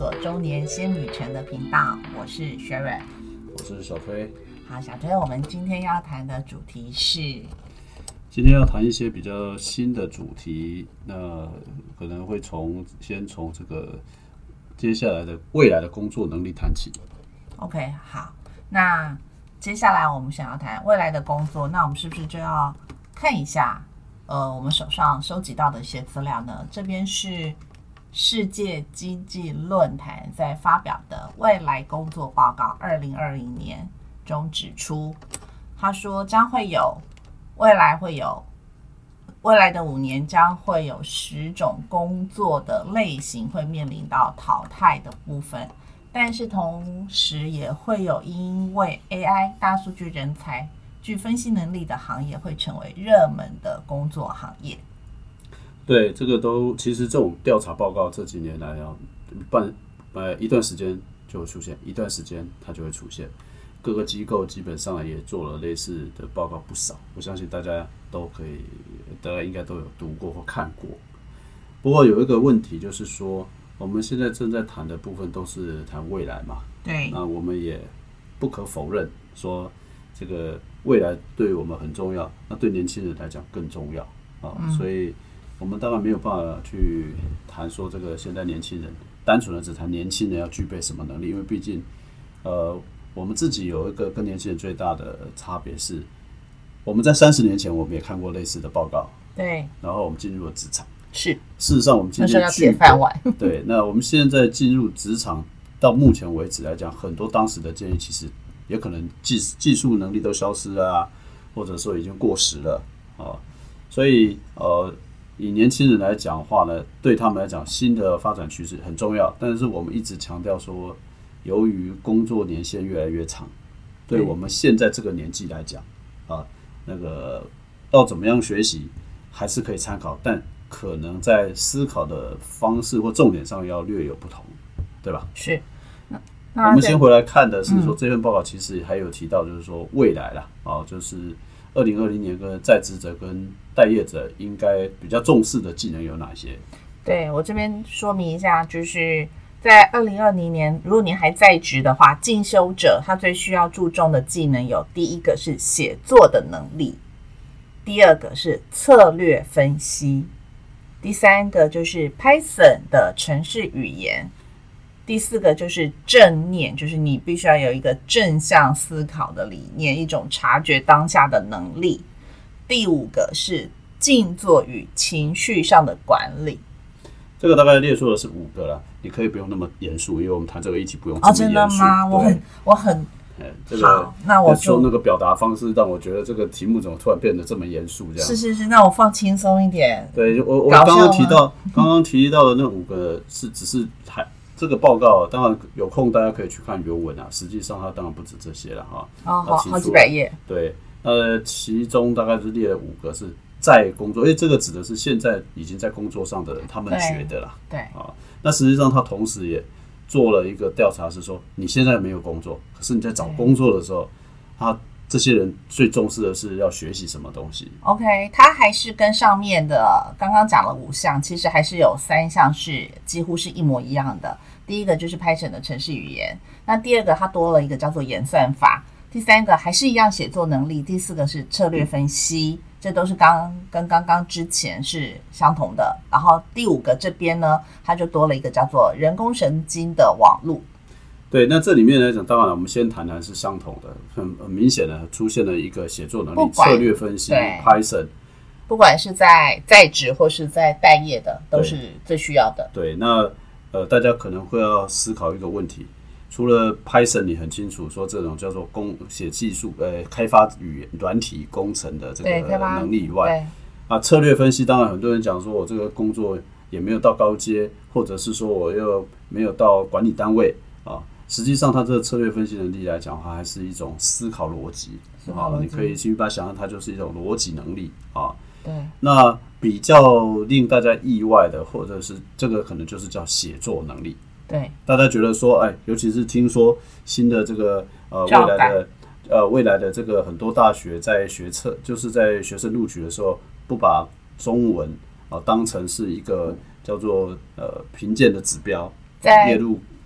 所周年新旅程的频道，我是 Sharon， 我是小推。 好，小推，我们今天要谈的主题是， 今天要谈一些比较新的主题，那可能会先从这个接下来的未来的工作能力谈起。 OK， 好，那接下来我们想要谈未来的工作，那我们是不是就要看一下我们手上收集到的一些资料呢？这边是世界经济论坛在发表的未来工作报告2020年中指出，他说未来的5年将会有10种工作的类型会面临到淘汰的部分，但是同时也会有因为 AI 大数据人才具分析能力的行业会成为热门的工作行业。 对，这个其实这种调查报告这几年来一段时间就会出现，一段时间它就会出现。各个机构基本上也做了类似的报告不少，我相信大家应该都有读过或看过。不过有一个问题就是说，我们现在正在谈的部分都是谈未来嘛， 对， 那我们也不可否认说这个未来对我们很重要，那对年轻人来讲更重要所以我们当然没有办法去谈说这个现在年轻人单纯的只谈年轻人要具备什么能力，因为毕竟我们自己有一个跟年轻人最大的差别是，我们在30年前我们也看过类似的报告， 对， 然后我们进入了职场。 事实上我们今天要铁饭碗对，那我们现在进入职场到目前为止来讲，很多当时的建议其实也可能技术能力都消失了啊，或者说已经过时了所以以年轻人来讲的话呢，对他们来讲新的发展趋势很重要，但是我们一直强调说，由于工作年限越来越长，对我们现在这个年纪来讲那个要怎么样学习还是可以参考，但可能在思考的方式或重点上要略有不同，对吧？ 是。 我们先回来看的是说，这份报告其实还有提到，就是说未来啦就是2020年跟在职者跟待业者应该比较重视的技能有哪些？ 对，我这边说明一下，就是在2020年，如果您还在职的话，进修者他最需要注重的技能有：第一个是写作的能力，第二个是策略分析，第三个就是 Python 的程式语言，第四个就是正念，就是你必须要有一个正向思考的理念，一种察觉当下的能力。第五个是静坐与情绪上的管理。 这个大概列出的是5个啦，你可以不用那么严肃，因为我们谈这个议题不用这么严肃。 真的吗？我很这个好，那我就说那个表达方式让我觉得这个题目怎么突然变得这么严肃这样？ 是，那我放轻松一点。 对，我刚刚提到的那5个只是这个报告，当然有空大家可以去看原文啊。实际上它当然不止这些了好几百页。 对，其中大概是列了5个是在工作，这个指的是现在已经在工作上的人他们觉得啦。 对那实际上他同时也做了一个调查，是说你现在没有工作，可是你在找工作的时候，这些人最重视的是要学习什么东西。 OK， 他还是跟上面的刚刚讲了5项，其实还是有3项是几乎是一模一样的。第一个就是 Python 的程式语言，那第二个它多了一个叫做演算法，第三个还是一样写作能力，第四个是策略分析，这都是跟刚刚之前是相同的。然后第5个这边呢，它就多了一个叫做人工神经的网路。 对，那这里面来讲，当然我们先谈谈是相同的，很明显的出现了一个写作能力、策略分析 Python， 不管是在职或是在待业的，都是最需要的。 对，那大家可能会要思考一个问题，除了 Python 你很清楚说这种叫做写技术开发语言软体工程的这个能力以外，策略分析当然很多人讲说我这个工作也没有到高阶，或者是说我又没有到管理单位实际上它这个策略分析能力来讲的话，还是一种思考逻辑你可以去把它想象它就是一种逻辑能力对， 那比较令大家意外的，或者是这个可能就是叫写作能力。 对， 大家觉得说，尤其是听说新的这个未来的这个很多大学在就是在学生录取的时候，不把中文当成是一个叫做评鉴的指标列入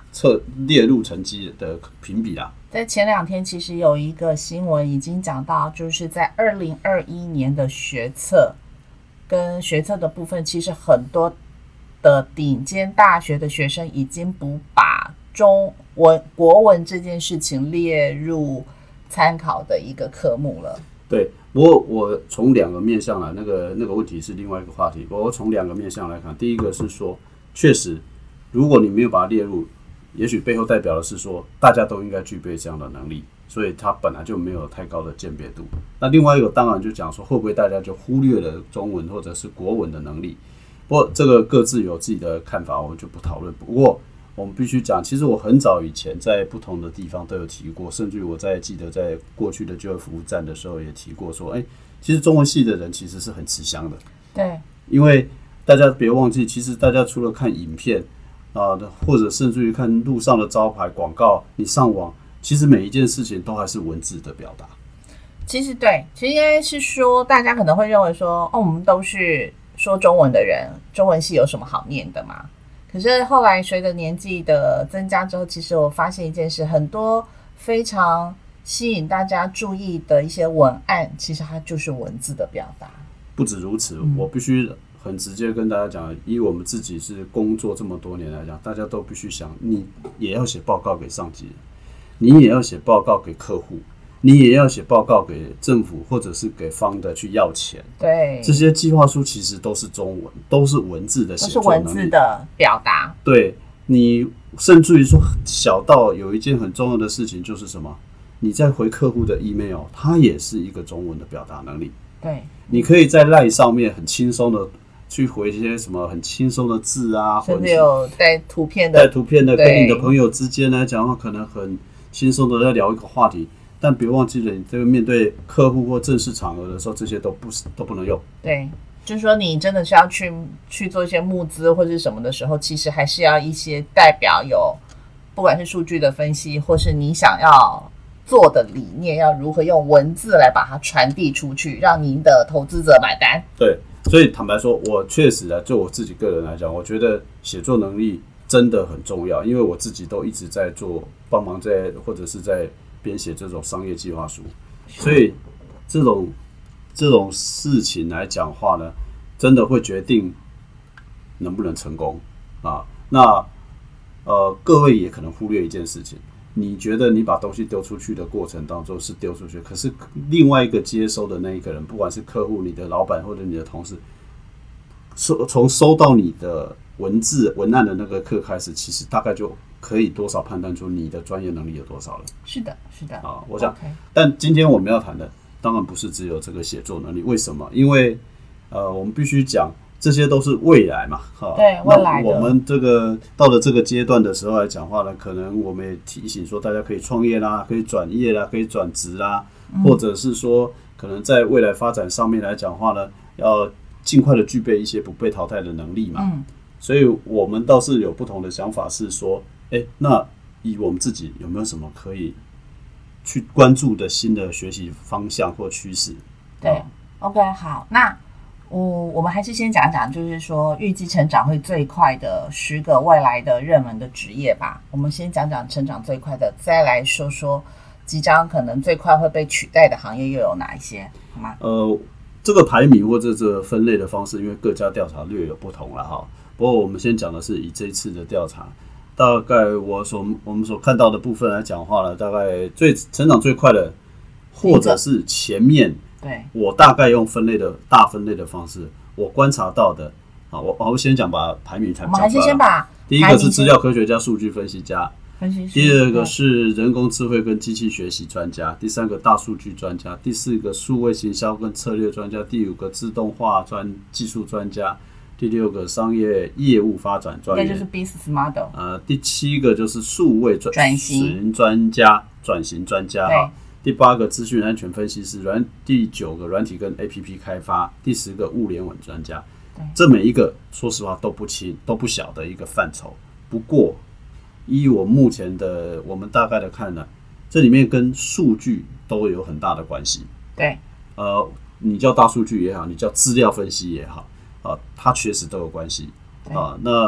列入成绩的评比啦。 在前2天，其实有一个新闻已经讲到，就是在2021年的学测跟学测的部分，其实很多的顶尖大学的学生已经不把国文这件事情列入参考的一个科目了。 对，不过我从2个面向来，那个问题是另外一个话题。我从2个面向来看，第一个是说，确实，如果你没有把它列入，也许背后代表的是说，大家都应该具备这样的能力，所以它本来就没有太高的鉴别度。那另外一个当然就讲说，会不会大家就忽略了中文或者是国文的能力？不过这个各自有自己的看法，我们就不讨论。不过我们必须讲，其实我很早以前在不同的地方都有提过，甚至于我记得在过去的就业服务站的时候也提过说，其实中文系的人其实是很吃香的。 对， 因为大家别忘记，其实大家除了看影片或者甚至于看路上的招牌广告，你上网，其实每一件事情都还是文字的表达。 其实应该是说，大家可能会认为说，我们都是说中文的人，中文系有什么好念的嘛？可是后来随着年纪的增加之后，其实我发现一件事，很多非常吸引大家注意的一些文案，其实它就是文字的表达。 不止如此，我必须很直接跟大家讲，以我们自己是工作这么多年来讲，大家都必须想，你也要写报告给上级人，你也要写报告给客户，你也要写报告给政府或者是给方的去要钱。 对， 这些计划书其实都是中文，都是文字的写作能力， 都是文字的表达。 对，你甚至于说小到有一件很重要的事情，就是什么？你在回客户的 email， 它也是一个中文的表达能力。 对， 你可以在 LINE 上面很轻松的去回一些什么很轻松的字啊， 甚至有带图片的， 跟你的朋友之间来讲的话，可能很轻松的在聊一个话题。但别忘记了，你这个面对客户或正式场合的时候，这些都不能用。 对，就是说你真的是要去做一些募资或是什么的时候，其实还是要一些代表有，不管是数据的分析，或是你想要做的理念，要如何用文字来把它传递出去，让您的投资者买单。 对，所以坦白说，我确实就我自己个人来讲，我觉得写作能力真的很重要，因为我自己都一直在帮忙或者是在编写这种商业计划书，所以这种事情来讲话呢，真的会决定能不能成功啊。那各位也可能忽略一件事情，你觉得你把东西丢出去的过程当中是丢出去，可是另外一个接收的那一个人，不管是客户、你的老板或者你的同事，从收到你的文案的那个刻开始，其实大概就可以多少判断出你的专业能力有多少了。 是的我想但今天我们要谈的当然不是只有这个写作能力。为什么？因为我们必须讲，这些都是未来嘛。 对，未来的。 我们这个到了这个阶段的时候来讲话呢，可能我们也提醒说，大家可以创业啦，可以转业啦，可以转职啦，或者是说可能在未来发展上面来讲话呢，要尽快的具备一些不被淘汰的能力嘛。所以我们倒是有不同的想法，是说那以我们自己有没有什么可以去关注的新的学习方向或趋势？ 对，OK， 好，那我们还是先讲讲，就是说预计成长会最快的10个未来的热门的职业吧。我们先讲讲成长最快的，再来说说即将可能最快会被取代的行业又有哪一些，好吗？ 这个排名或者这个分类的方式，因为各家调查略有不同了哈。不过我们先讲的是以这一次的调查。大概我们所看到的部分来讲话呢，大概成长最快的，或者是前面， 对，我大概用大分类的方式，我观察到的我先讲把排名才讲出来。 我们还是先把第一个是资料科学家、数据分析家，第二个是人工智慧跟机器学习专家，第三个大数据专家，第四个数位行销跟策略专家，第五个自动化技术专家。第6个商业业务发展专员， 应该就是 business model。 第7个就是数位转型专家，第8个资讯安全分析师，第9个软体跟 APP 开发，第10个物联网专家。这每一个说实话都不轻都不小的一个范畴。不过依我目前的我们大概的看呢，这里面跟数据都有很大的关系。 对， 你叫大数据也好，你叫资料分析也好。它确实都有关系那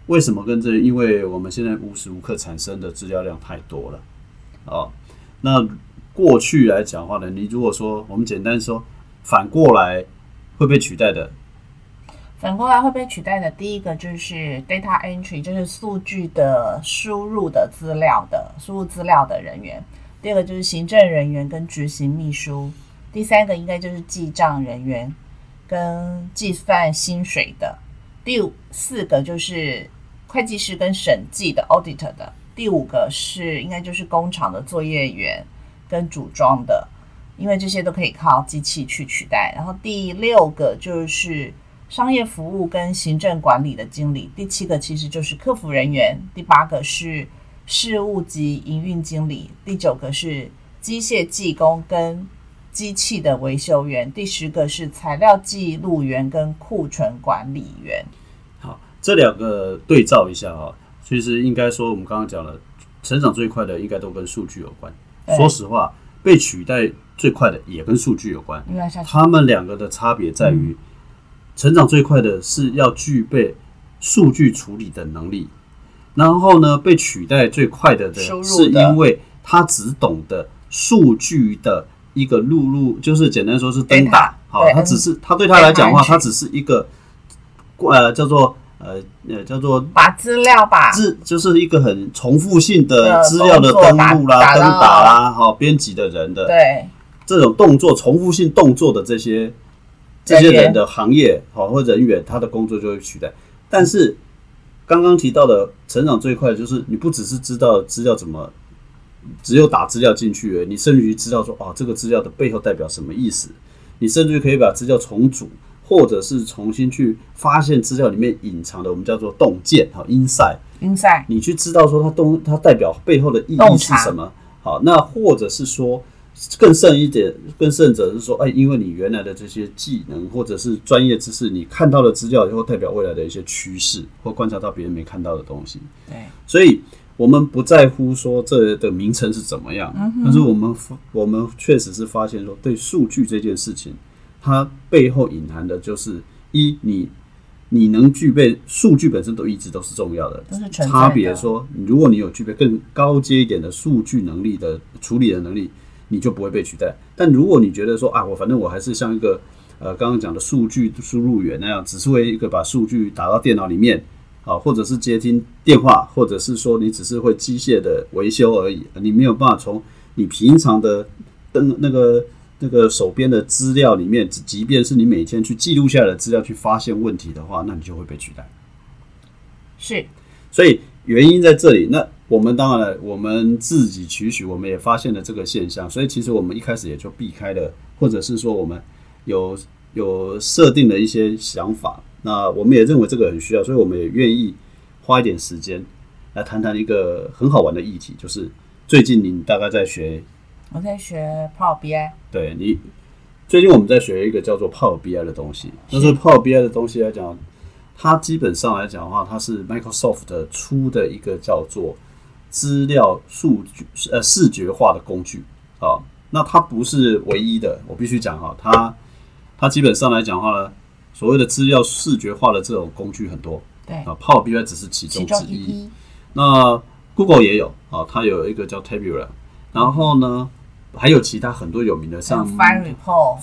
为什么跟这？因为我们现在无时无刻产生的资料量太多了。那过去来讲的话呢，你如果说我们简单说，反过来会被取代的。 反过来会被取代的第一个就是 data entry， 就是数据的输入资料的人员。第二个就是行政人员跟执行秘书。第三个应该就是记账人员跟计算薪水的。第四个就是会计师跟审计的 auditor 的。第五个应该就是工厂的作业员跟组装的，因为这些都可以靠机器去取代。然后第六个就是商业服务跟行政管理的经理。第七个其实就是客服人员。第八个是事务及营运经理。第九个是机械技工跟机器的维修员。第10个是材料记录员跟库存管理员。 好，这两个对照一下哈，其实应该说我们刚刚讲了，成长最快的应该都跟数据有关。说实话，被取代最快的也跟数据有关。他们两个的差别在于，成长最快的是要具备数据处理的能力，然后呢，被取代最快的是因为他只懂得数据的一个录入，就是简单说是登打。好，他对他来讲的话，他只是一个叫做把资料就是一个很重复性的资料的登录啦、登打啦、编辑的人的， 对这种动作、重复性动作的这些人的行业或人员，他的工作就会取代。但是刚刚提到的成长最快的就是你不只是知道资料只有打资料进去而已，你甚至于知道说这个资料的背后代表什么意思，你甚至于可以把资料重组，或者是重新去发现资料里面隐藏的我们叫做洞见，insight， 你去知道说它代表背后的意义是什么。好，那或者是说更甚一点，更甚者是说，因为你原来的这些技能或者是专业知识，你看到的资料以后代表未来的一些趋势，或观察到别人没看到的东西。 对， 所以我们不在乎说这的名称是怎么样，但是我们确实是发现说，对数据这件事情，它背后隐含的就是你能具备数据本身一直都是重要的，差别说，如果你有具备更高阶一点的数据能力的处理的能力，你就不会被取代。但如果你觉得说反正我还是像一个刚刚讲的数据输入员那样，只是为一个把数据打到电脑里面，或者是接听电话，或者是说你只是会机械的维修而已，你没有办法从你平常的那个手边的资料里面，即便是你每天去记录下来的资料去发现问题的话，那你就会被取代。 是， 所以原因在这里。那我们当然了，我们自己期许，我们也发现了这个现象，所以其实我们一开始也就避开了，或者是说我们有设定了一些想法。那我们也认为这个很需要，所以我们也愿意花一点时间来谈谈一个很好玩的议题，就是最近你大概在学。 我在学 Power BI。 对，最近我们在学一个叫做 Power BI 的东西。但是 Power BI 的东西来讲，它基本上来讲的话，它是 Microsoft 出的一个叫做资料数据视觉化的工具。那它不是唯一的，我必须讲它基本上来讲的话呢，所谓的资料视觉化的这种工具很多。 对 ，Power BI 只是其中之一。那 Google 也有它有一个叫 Tabula， 然后呢，还有其他很多有名的，像 Fine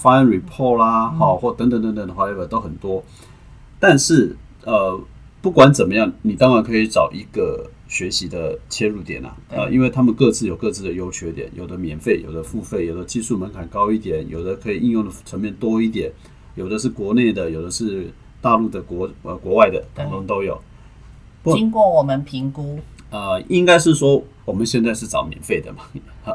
Report 啦，或等等等等的 whatever 都很多。但是不管怎么样，你当然可以找一个学习的切入点因为他们各自有各自的优缺点，有的免费，有的付费，有的技术门槛高一点，有的可以应用的层面多一点，有的是国内的，有的是大陆的国外的，都有。 经过我们评估， 应该是说我们现在是找免费的嘛。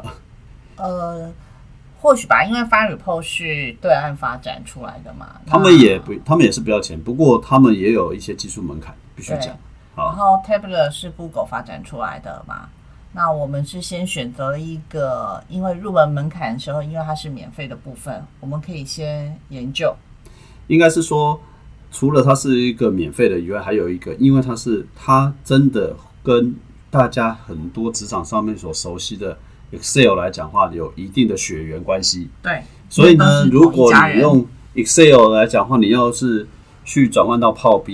或许吧，因为 Fine Report 是对岸发展出来的嘛， 他们也是不要钱，不过他们也有一些技术门槛，必须讲。 然后 Tabula 是 Google 发展出来的嘛，那我们是先选择了一个，因为入门门槛的时候，因为它是免费的部分，我们可以先研究。 应该是说，除了它是一个免费的以外，还有一个，因为它真的跟大家很多职场上面所熟悉的 Excel 来讲话，有一定的血缘关系。 对， 所以呢，如果你用 Excel 来讲话，你要是去转换到 Power BI，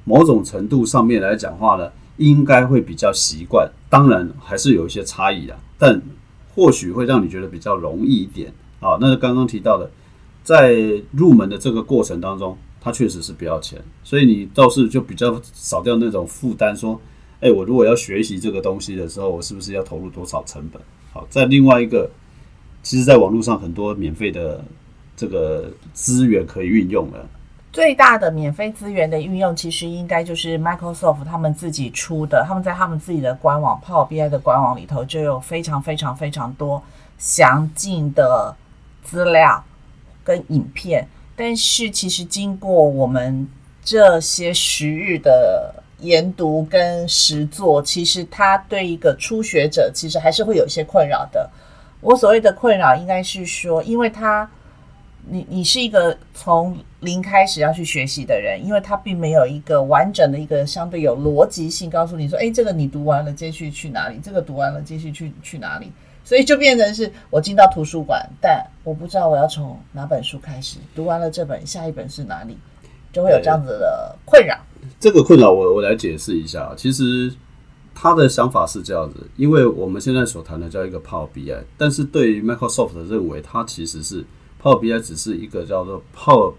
某种程度上面来讲话呢，应该会比较习惯，当然还是有一些差异的，但或许会让你觉得比较容易一点啊。那刚刚提到的，在入门的这个过程当中，它确实是不要钱，所以你倒是就比较少掉那种负担，说，我如果要学习这个东西的时候，我是不是要投入多少成本？好，在另外一个，其实在网络上很多免费的这个资源可以运用了。 最大的免费资源的运用，其实应该就是 Microsoft 他们自己出的，他们在他们自己的官网 Power BI 的官网里头就有非常非常非常多详尽的资料跟影片，但是其实经过我们这些时日的研读跟实作，其实它对一个初学者其实还是会有一些困扰的。我所谓的困扰应该是说，因为你是一个从零开始要去学习的人，因为他并没有一个完整的一个相对有逻辑性告诉你说，这个你读完了接续去哪里，这个读完了接续去哪里，所以就变成是我进到图书馆，但我不知道我要从哪本书开始，读完了这本下一本是哪里，就会有这样子的困扰。 这个困扰我来解释一下，其实他的想法是这样子，因为我们现在所谈的叫一个 Power BI， 但是对于 Microsoft 认为它其实是Power BI 只是一个叫做 Power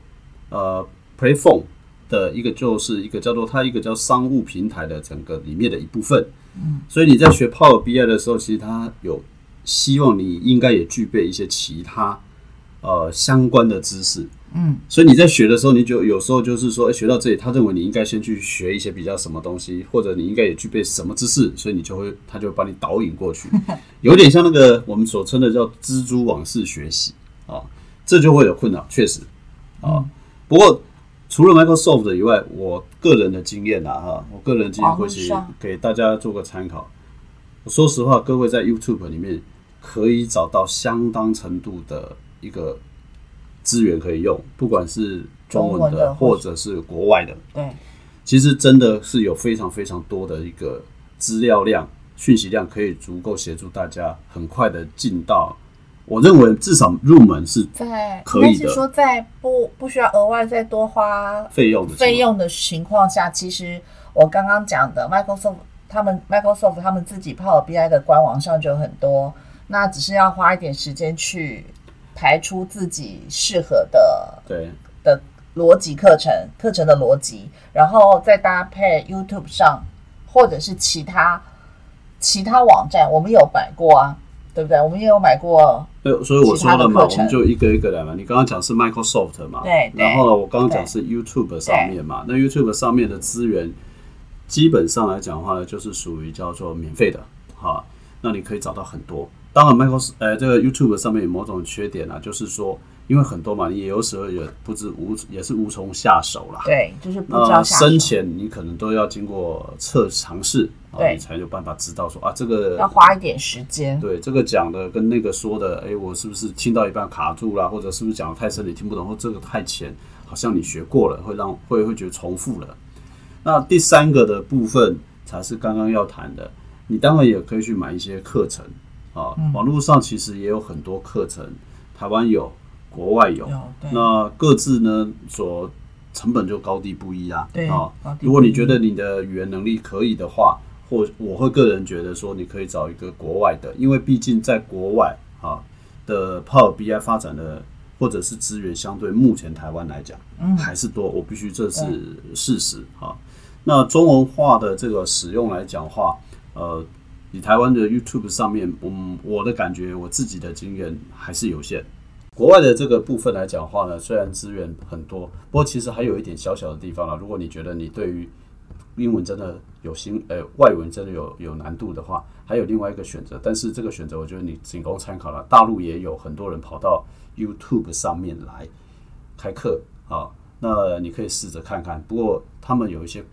Platform 的一个，就是一个叫做它一个叫商务平台的整个里面的一部分。所以你在学 Power BI 的时候，其实它有希望你应该也具备一些其他相关的知识。所以你在学的时候，你就有时候就是说，学到这里，他认为你应该先去学一些比较什么东西，或者你应该也具备什么知识，所以他就会把你导引过去，有点像那个我们所称的叫蜘蛛网式学习啊。这就会有困扰，确实啊。不过除了 Microsoft 以外，我个人的经验我个人的经验会给大家做个参考。我说实话，各位在 YouTube 里面可以找到相当程度的一个资源可以用，不管是中文的或者是国外的。 对， 其实真的是有非常非常多的一个资料量、讯息量，可以足够协助大家很快的进到。我认为至少入门是可以的，应该是说在不需要额外再多花费用的情况下，其实我刚刚讲的 Microsoft 他们自己 Power BI 的官网上就有很多，那只是要花一点时间去排出自己适合的逻辑课程的逻辑，然后再搭配 YouTube 上或者是其他网站，我们有买过啊。对不对？我们也有买过， 所以我说了嘛，我们就一个一个来嘛。你刚刚讲是 Microsoft 嘛， 对， 然后呢，我刚刚讲是 YouTube 上面嘛。那 YouTube 上面的资源，基本上来讲的话呢，就是属于叫做免费的，那你可以找到很多。当然这个 YouTube 上面有某种缺点啊，就是说，因为很多嘛，你有时候也是无从下手啦。 对，就是不知道下手。 深浅你可能都要经过尝试。你才有办法知道说这个要花一点时间。 对，这个讲的跟那个说的，我是不是听到一半卡住啦，或者是不是讲的太深你听不懂，或这个太浅，好像你学过了，会觉得重复了。那第三个的部分才是刚刚要谈的，你当然也可以去买一些课程网络上其实也有很多课程，台湾有，国外有，那各自呢所成本就高低不一啦。如果你觉得你的语言能力可以的话，我会个人觉得说，你可以找一个国外的，因为毕竟在国外的 Power BI 发展的或者是资源，相对目前台湾来讲还是多，我必须这是事实那中文化的这个使用来讲的话，以台湾的 YouTube 上面，我的感觉，我自己的经验还是有限。国外的这个部分来讲的话呢，虽然资源很多，不过其实还有一点小小的地方啦。如果你觉得你对于英文真的外文真的有难度的话，还有另外一个选择，但是这个选择我觉得你仅供参考了。大陆也有很多人跑到 YouTube 上面来开课那你可以试着看看。不过他们有一些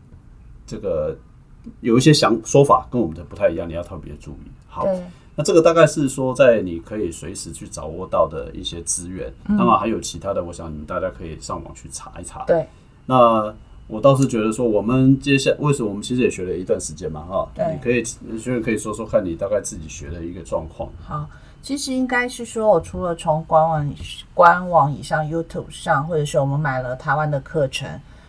说法跟我们的不太一样，你要特别注意。好，那这个大概是说在你可以随时去掌握到的一些资源，当然还有其他的，我想你们大家可以上网去查一查。 对， 那我倒是觉得说，我们接下来为什么我们其实也学了一段时间嘛，你可以说说看你大概自己学的一个状况。 好，其实应该是说，我除了从官网以上 YouTube 上，或者是我们买了台湾的课程，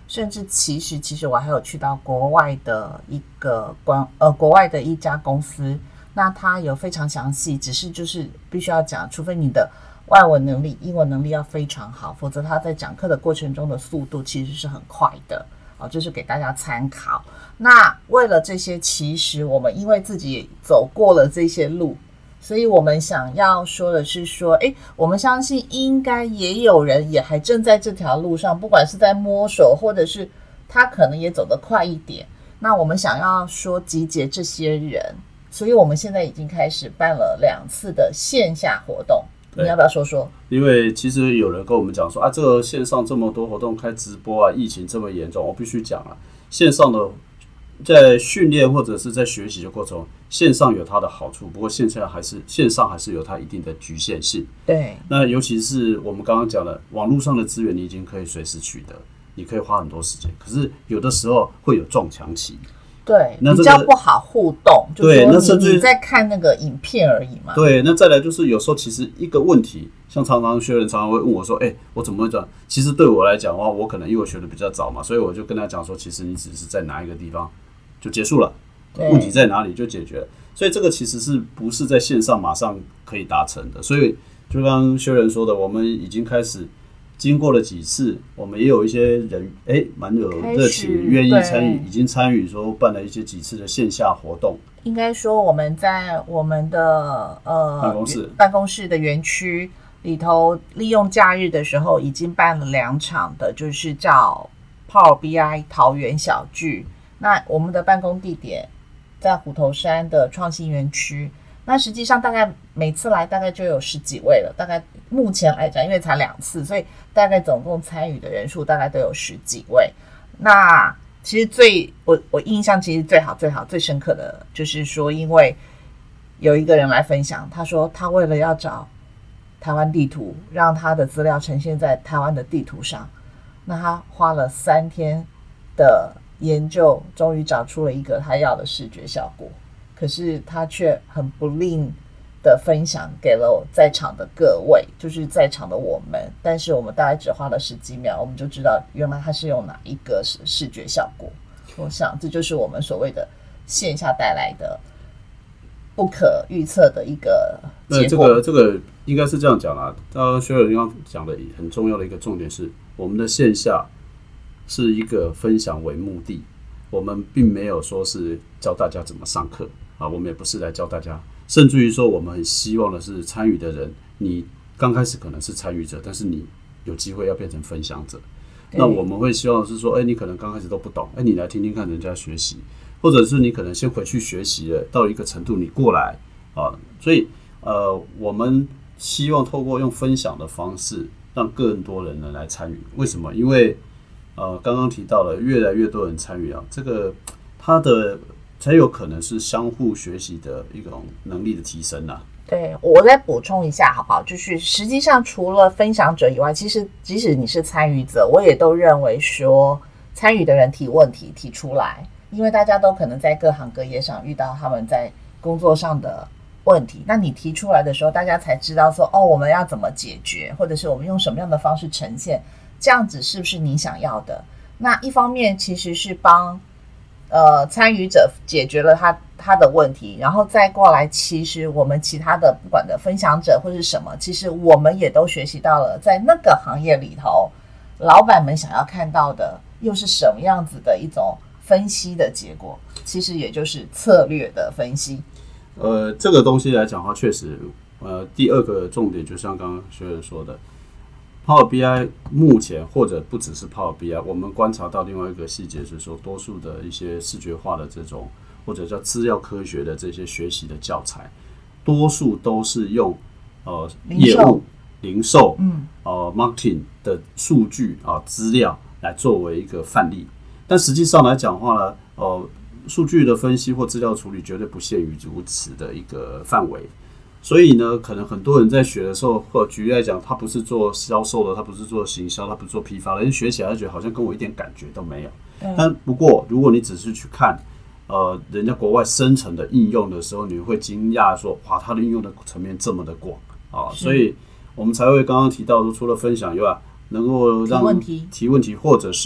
甚至其实我还有去到国外的国外的一家公司，那它有非常详细，只是就是必须要讲，除非你的外文能力、英文能力要非常好，否则他在讲课的过程中的速度其实是很快的。这是给大家参考。那为了这些，其实我们因为自己走过了这些路，所以我们想要说的是说，我们相信应该也有人也还正在这条路上，不管是在摸索，或者是他可能也走得快一点。那我们想要说集结这些人，所以我们现在已经开始办了2次的线下活动。你要不要说说？ 因为其实有人跟我们讲说这个线上这么多活动开直播疫情这么严重，我必须讲线上的在训练或者是在学习的过程中，线上有它的好处，不过线上还是有它一定的局限性。 对，那尤其是我们刚刚讲的，网络上的资源你已经可以随时取得，你可以花很多时间，可是有的时候会有撞墙期。 对，比较不好互动， 对， 就是说你在看那个影片而已嘛。 对，那再来就是有时候其实一个问题，像学员常常会问我说：“我怎么会这样？”其实对我来讲的话，我可能因为我学的比较早嘛，所以我就跟他讲说，其实你只是在哪一个地方就结束了，问题在哪里就解决了。所以这个其实是不是在线上马上可以达成的？所以就刚刚学员说的，我们已经开始。经过了几次，我们也有一些人蛮有热情，愿意参与，已经参与说办了几次的线下活动。 应该说我们在我们的办公室的园区里头，利用假日的时候已经办了2场的，就是叫 Power BI 桃园小聚。那我们的办公地点在虎头山的创新园区。那实际上大概每次来大概就有10几位了，大概目前来讲，因为才2次，所以大概总共参与的人数大概都有10几位。那其实我印象其实最深刻的就是说，因为有一个人来分享，他说他为了要找台湾地图，让他的资料呈现在台湾的地图上，那他花了3天的研究，终于找出了一个他要的视觉效果。可是他却很不吝的分享给了在场的各位，就是在场的我们，但是我们大概只花了10几秒，我们就知道原来他是用哪一个视觉效果。我想这就是我们所谓的线下带来的不可预测的一个结果。 这个应该是这样讲啦。学友刚刚讲的很重要的一个重点是，我们的线下是一个分享为目的，我们并没有说是教大家怎么上课。我们也不是来教大家，甚至于说我们很希望的是参与的人，你刚开始可能是参与者，但是你有机会要变成分享者。那我们会希望的是说，你可能刚开始都不懂，你来听听看人家学习，或者是你可能先回去学习了，到一个程度你过来所以我们希望透过用分享的方式，让更多人来参与。为什么？因为刚刚提到了越来越多人参与这个它的才有可能是相互学习的一种能力的提升对，我再补充一下好不好？就是实际上除了分享者以外，其实即使你是参与者，我也都认为说参与的人提问题提出来，因为大家都可能在各行各业上遇到他们在工作上的问题，那你提出来的时候，大家才知道说我们要怎么解决，或者是我们用什么样的方式呈现，这样子是不是你想要的？那一方面其实是帮参与者解决了他的问题，然后再过来，其实我们其他的不管的分享者或是什么，其实我们也都学习到了，在那个行业里头，老板们想要看到的又是什么样子的一种分析的结果，其实也就是策略的分析。 这个东西来讲的话，确实，第二个重点就像刚刚学员说的。Power BI 目前或者不只是 Power BI， 我们观察到另外一个细节是说，多数的一些视觉化的这种或者叫资料科学的这些学习的教材，多数都是用业务、零售、marketing 的数据资料来作为一个范例。但实际上来讲的话呢，数据的分析或资料处理绝对不限于如此的一个范围。所以呢，可能很多人在学的时候，或者举例来讲，他不是做销售的，他不是做行销，他不是做批发的，学起来他觉得好像跟我一点感觉都没有。但不过，如果你只是去看，人家国外生成的应用的时候，你会惊讶说，哇，它的应用的层面这么的广所以我们才会刚刚提到说，除了分享以外，能够让提问题，或者是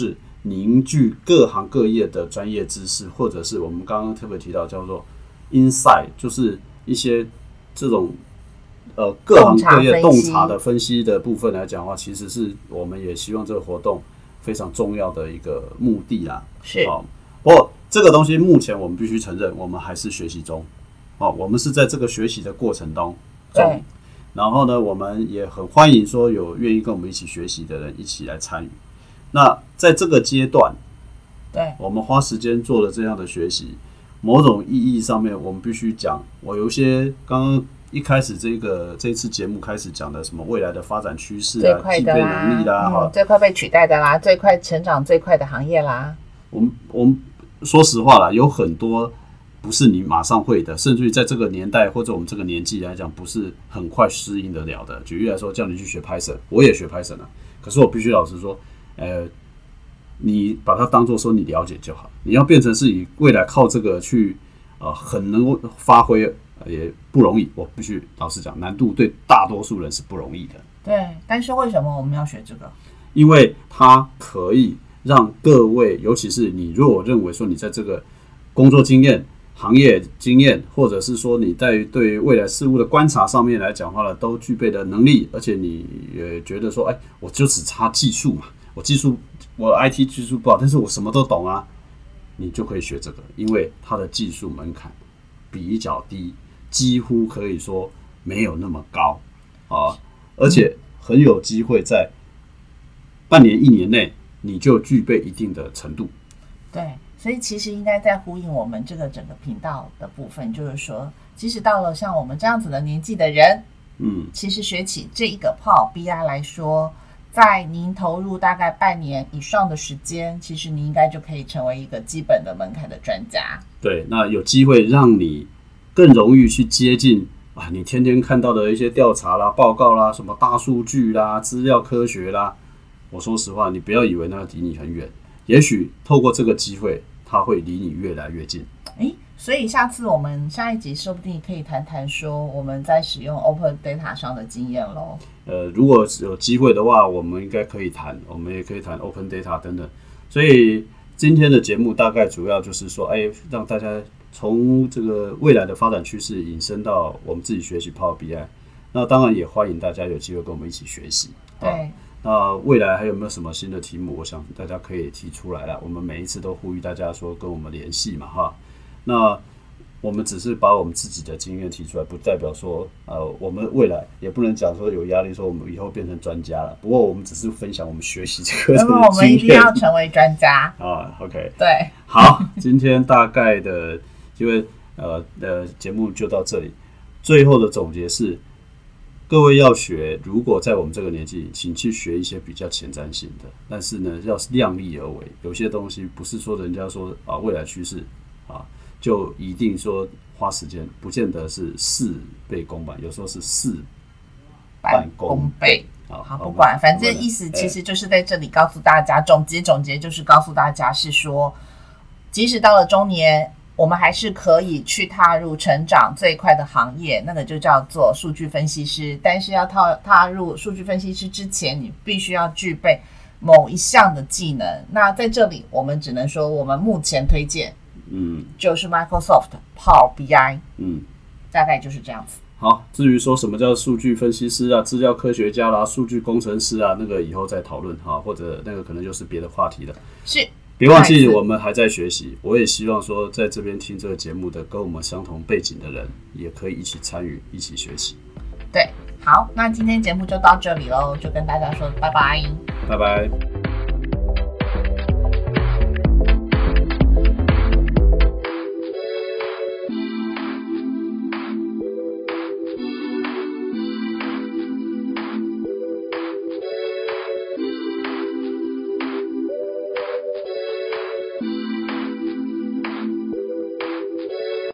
凝聚各行各业的专业知识，或者是我们刚刚特别提到叫做 insight， 就是一些这种各行各业洞察的分析的部分来讲的话，其实是我们也希望这个活动非常重要的一个目的啦。 是， 不过这个东西目前我们必须承认，我们还是学习中。我们是在这个学习的过程中， 对。 然后呢，我们也很欢迎说有愿意跟我们一起学习的人一起来参与。那在这个阶段， 对， 我们花时间做了这样的学习，某种意义上面，我们必须讲，我有一些刚刚一开始这一次节目开始讲的什么未来的发展趋势啊，具备能力啦， 最快被取代的啦，最快成长最快的行业啦。 我们说实话啦，有很多不是你马上会的，甚至于在这个年代或者我们这个年纪来讲，不是很快适应得了的。举例来说，叫你去学 Python， 我也学 Python 了，可是我必须老实说，你把它当作说你了解就好，你要变成是以未来靠这个去很能够发挥，也不容易。我必须老实讲，难度对大多数人是不容易的。 对，但是为什么我们要学这个？ 因为它可以让各位，尤其是你如果认为说你在这个工作经验、行业经验，或者是说你在对于未来事物的观察上面来讲话呢，都具备的能力，而且你也觉得说，我就只差技术嘛，我 IT 技术不好，但是我什么都懂啊，你就可以学这个，因为它的技术门槛比较低，几乎可以说没有那么高啊，而且很有机会在半年、1年内你就具备一定的程度。 对，所以其实应该在呼应我们这个整个频道的部分，就是说，即使到了像我们这样子的年纪的人，其实学起这一个Power BI来说，在您投入大概半年以上的时间，其实你应该就可以成为一个基本的门槛的专家。 对，那有机会让你更容易去接近你天天看到的一些调查啦、报告啦、什么大数据啦、资料科学啦。我说实话，你不要以为那离你很远，也许透过这个机会，它会离你越来越近。 所以下次我们下一集说不定可以谈谈说我们在使用 Open Data 上的经验咯。 如果有机会的话，我们应该可以谈，我们也可以谈 Open Data 等等。所以今天的节目大概主要就是说，让大家从这个未来的发展趋势引申到我们自己学习 Power BI。那当然也欢迎大家有机会跟我们一起学习。 对。 那未来还有没有什么新的题目？我想大家可以提出来了。我们每一次都呼吁大家说跟我们联系嘛，哈。那我们只是把我们自己的经验提出来，不代表说我们未来也不能讲说有压力，说我们以后变成专家了。不过我们只是分享我们学习这个经验。 那么我们一定要成为专家 OK， 对， 好，今天大概的因为节目就到这里。最后的总结是，各位要学，如果在我们这个年纪，请去学一些比较前瞻性的，但是呢，要量力而为。有些东西不是说人家说未来趋势就一定说花时间，不见得是事倍功半，有时候是事半功倍。 好，不管，反正意思其实就是在这里告诉大家，总结就是告诉大家是说，即使到了中年，我们还是可以去踏入成长最快的行业，那个就叫做数据分析师。但是要踏入数据分析师之前，你必须要具备某一项的技能。那在这里，我们只能说，我们目前推荐，就是 Microsoft Power BI，大概就是这样子。 好，至于说什么叫数据分析师啊、资料科学家啦、数据工程师啊，那个以后再讨论或者那个可能就是别的话题了。 是。 别忘记，我们还在学习。我也希望说，在这边听这个节目的跟我们相同背景的人，也可以一起参与，一起学习。 对，好，那今天节目就到这里喽，就跟大家说拜拜， 拜拜。